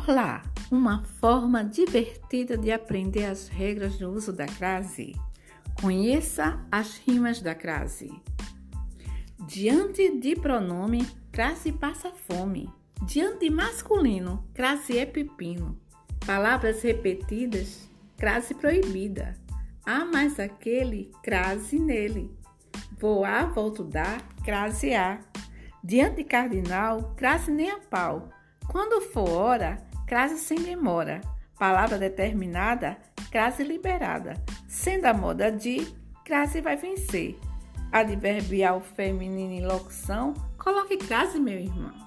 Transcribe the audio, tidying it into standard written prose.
Olá! Uma forma divertida de aprender as regras do uso da crase. Conheça as rimas da crase. Diante de pronome, crase passa fome. Diante de masculino, crase é pepino. Palavras repetidas, crase proibida. Há mais aquele, crase nele. Voar, volto dar, crase há. Diante de cardinal, crase nem a pau. Quando for hora, crase sem demora. Palavra determinada, crase liberada. Sendo a moda de, crase vai vencer. Adverbial feminino em locução, coloque crase, meu irmão.